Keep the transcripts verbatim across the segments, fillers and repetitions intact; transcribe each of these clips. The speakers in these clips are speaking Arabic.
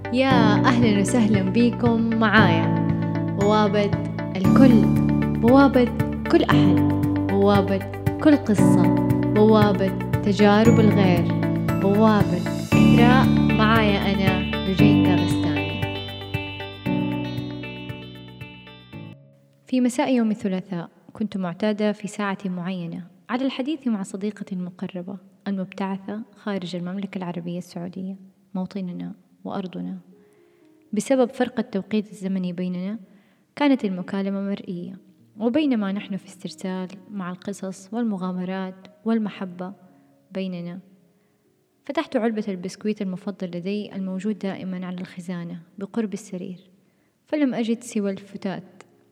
يا أهلا وسهلا بكم معايا بوابة الكل، بوابة كل أحد، بوابة كل قصة، بوابة تجارب الغير، بوابة إثراء. معايا أنا لجين داغستاني. في مساء يوم الثلاثاء كنت معتادة في ساعة معينة على الحديث مع صديقتي المقربة المبتعثة خارج المملكة العربية السعودية، موطننا وأرضنا. بسبب فرق التوقيت الزمني بيننا كانت المكالمة مرئية، وبينما نحن في استرسال مع القصص والمغامرات والمحبة بيننا، فتحت علبة البسكويت المفضل لدي الموجود دائما على الخزانة بقرب السرير، فلم أجد سوى الفتات.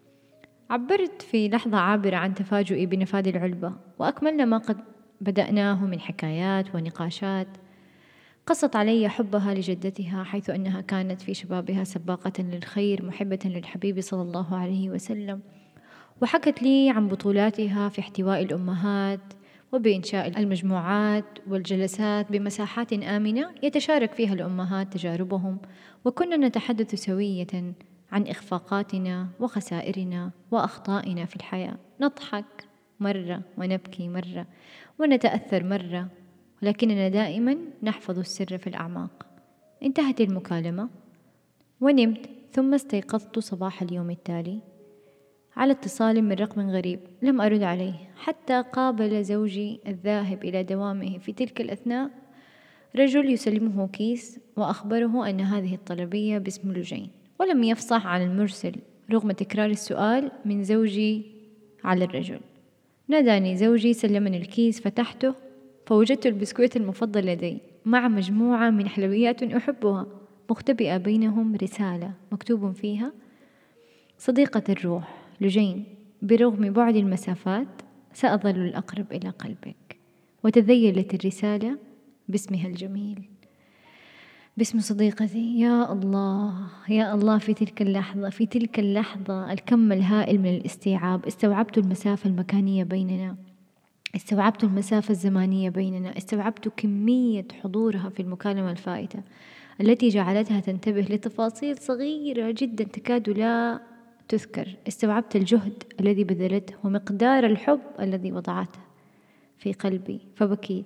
عبرت في لحظة عابرة عن تفاجؤي بنفاذ العلبة، وأكملنا ما قد بدأناه من حكايات ونقاشات. قصت علي حبها لجدتها، حيث أنها كانت في شبابها سباقة للخير محبة للحبيب صلى الله عليه وسلم، وحكت لي عن بطولاتها في احتواء الأمهات وبإنشاء المجموعات والجلسات بمساحات آمنة يتشارك فيها الأمهات تجاربهم، وكنا نتحدث سوية عن إخفاقاتنا وخسائرنا وأخطائنا في الحياة، نضحك مرة ونبكي مرة ونتأثر مرة، ولكننا دائما نحفظ السر في الأعماق. انتهت المكالمة ونمت، ثم استيقظت صباح اليوم التالي على اتصال من رقم غريب لم أرد عليه، حتى قابل زوجي الذاهب إلى دوامه في تلك الأثناء رجل يسلمه كيس وأخبره أن هذه الطلبية باسم لجين، ولم يفصح عن المرسل رغم تكرار السؤال من زوجي على الرجل. ناداني زوجي، سلمني الكيس، فتحته فوجدت البسكويت المفضل لدي مع مجموعة من حلويات أحبها، مختبئة بينهم رسالة مكتوب فيها: صديقة الروح لجين، برغم بعد المسافات سأظل الأقرب إلى قلبك. وتذيلت الرسالة باسمها الجميل، باسم صديقتي. يا الله يا الله، في تلك اللحظة في تلك اللحظة الكم الهائل من الاستيعاب. استوعبت المسافة المكانية بيننا، استوعبت المسافة الزمانية بيننا، استوعبت كمية حضورها في المكالمة الفائتة التي جعلتها تنتبه لتفاصيل صغيرة جدا تكاد لا تذكر. استوعبت الجهد الذي بذلته ومقدار الحب الذي وضعته في قلبي، فبكيت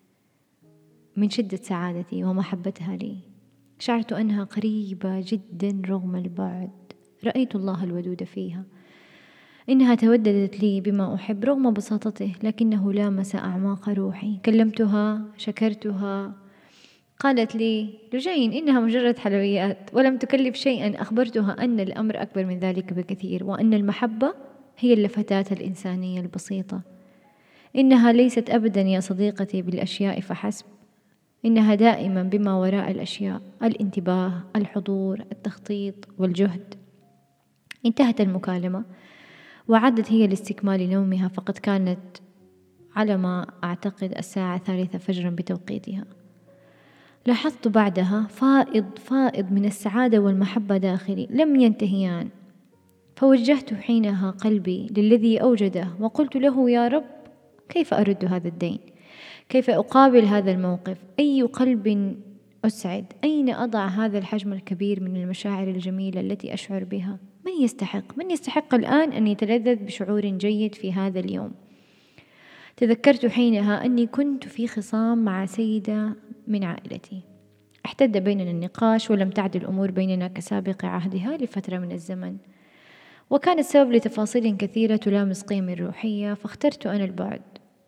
من شدة سعادتي ومحبتها لي. شعرت أنها قريبة جدا رغم البعد. رأيت الله الودود فيها، إنها توددت لي بما أحب رغم بساطته، لكنه لامس أعماق روحي. كلمتها، شكرتها، قالت لي: لجين، إنها مجرد حلويات ولم تكلف شيئا. أخبرتها أن الأمر أكبر من ذلك بكثير، وأن المحبة هي اللفتات الإنسانية البسيطة. إنها ليست أبدا يا صديقتي بالأشياء فحسب، إنها دائما بما وراء الأشياء: الانتباه، الحضور، التخطيط والجهد. انتهت المكالمة وعدت هي لاستكمال نومها، فقد كانت على ما أعتقد الساعة الثالثة فجرا بتوقيتها. لاحظت بعدها فائض فائض من السعادة والمحبة داخلي لم ينتهيان، فوجهت حينها قلبي للذي أوجده وقلت له: يا رب، كيف أرد هذا الدين؟ كيف أقابل هذا الموقف؟ أي قلب أسعد؟ أين أضع هذا الحجم الكبير من المشاعر الجميلة التي أشعر بها؟ من يستحق؟ من يستحق الآن أن يتلذذ بشعور جيد في هذا اليوم؟ تذكرت حينها أني كنت في خصام مع سيدة من عائلتي، احتد بيننا النقاش ولم تعد الأمور بيننا كسابق عهدها لفترة من الزمن، وكان السبب لتفاصيل كثيرة تلامس قيمي الروحية، فاخترت أنا البعد.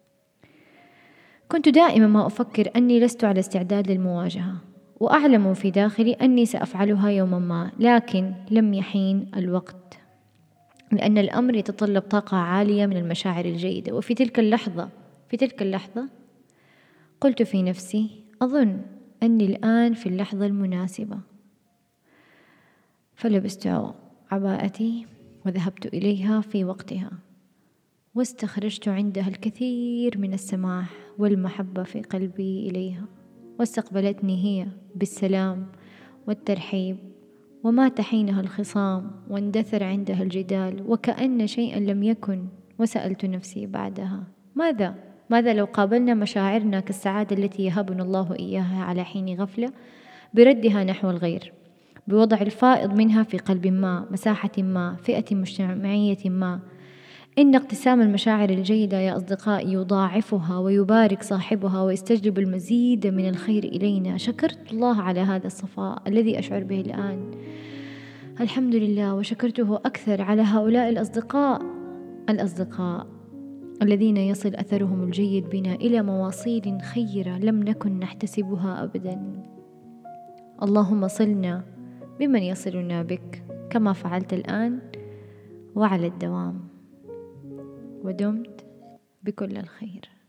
كنت دائما ما أفكر أني لست على استعداد للمواجهة، وأعلم في داخلي أني سأفعلها يوما ما، لكن لم يحين الوقت، لأن الأمر يتطلب طاقة عالية من المشاعر الجيدة. وفي تلك اللحظة في تلك اللحظة قلت في نفسي: أظن أني الآن في اللحظة المناسبة. فلبست عباءتي وذهبت إليها في وقتها، واستخرجت عندها الكثير من السماح والمحبة في قلبي إليها، واستقبلتني هي بالسلام والترحيب، ومات حينها الخصام واندثر عندها الجدال وكأن شيئا لم يكن. وسألت نفسي بعدها: ماذا ماذا لو قابلنا مشاعرنا كالسعادة التي يهبنا الله إياها على حين غفلة بردها نحو الغير؟ بوضع الفائض منها في قلب ما، مساحة ما، فئة مجتمعية ما. إن اقتسام المشاعر الجيدة يا أصدقائي يضاعفها ويبارك صاحبها ويستجلب المزيد من الخير إلينا. شكرت الله على هذا الصفاء الذي أشعر به الآن، الحمد لله، وشكرته أكثر على هؤلاء الأصدقاء الأصدقاء الذين يصل أثرهم الجيد بنا إلى مواصيل خيرة لم نكن نحتسبها أبدا. اللهم صلنا بمن يصلنا بك كما فعلت الآن وعلى الدوام، ودمت بكل الخير.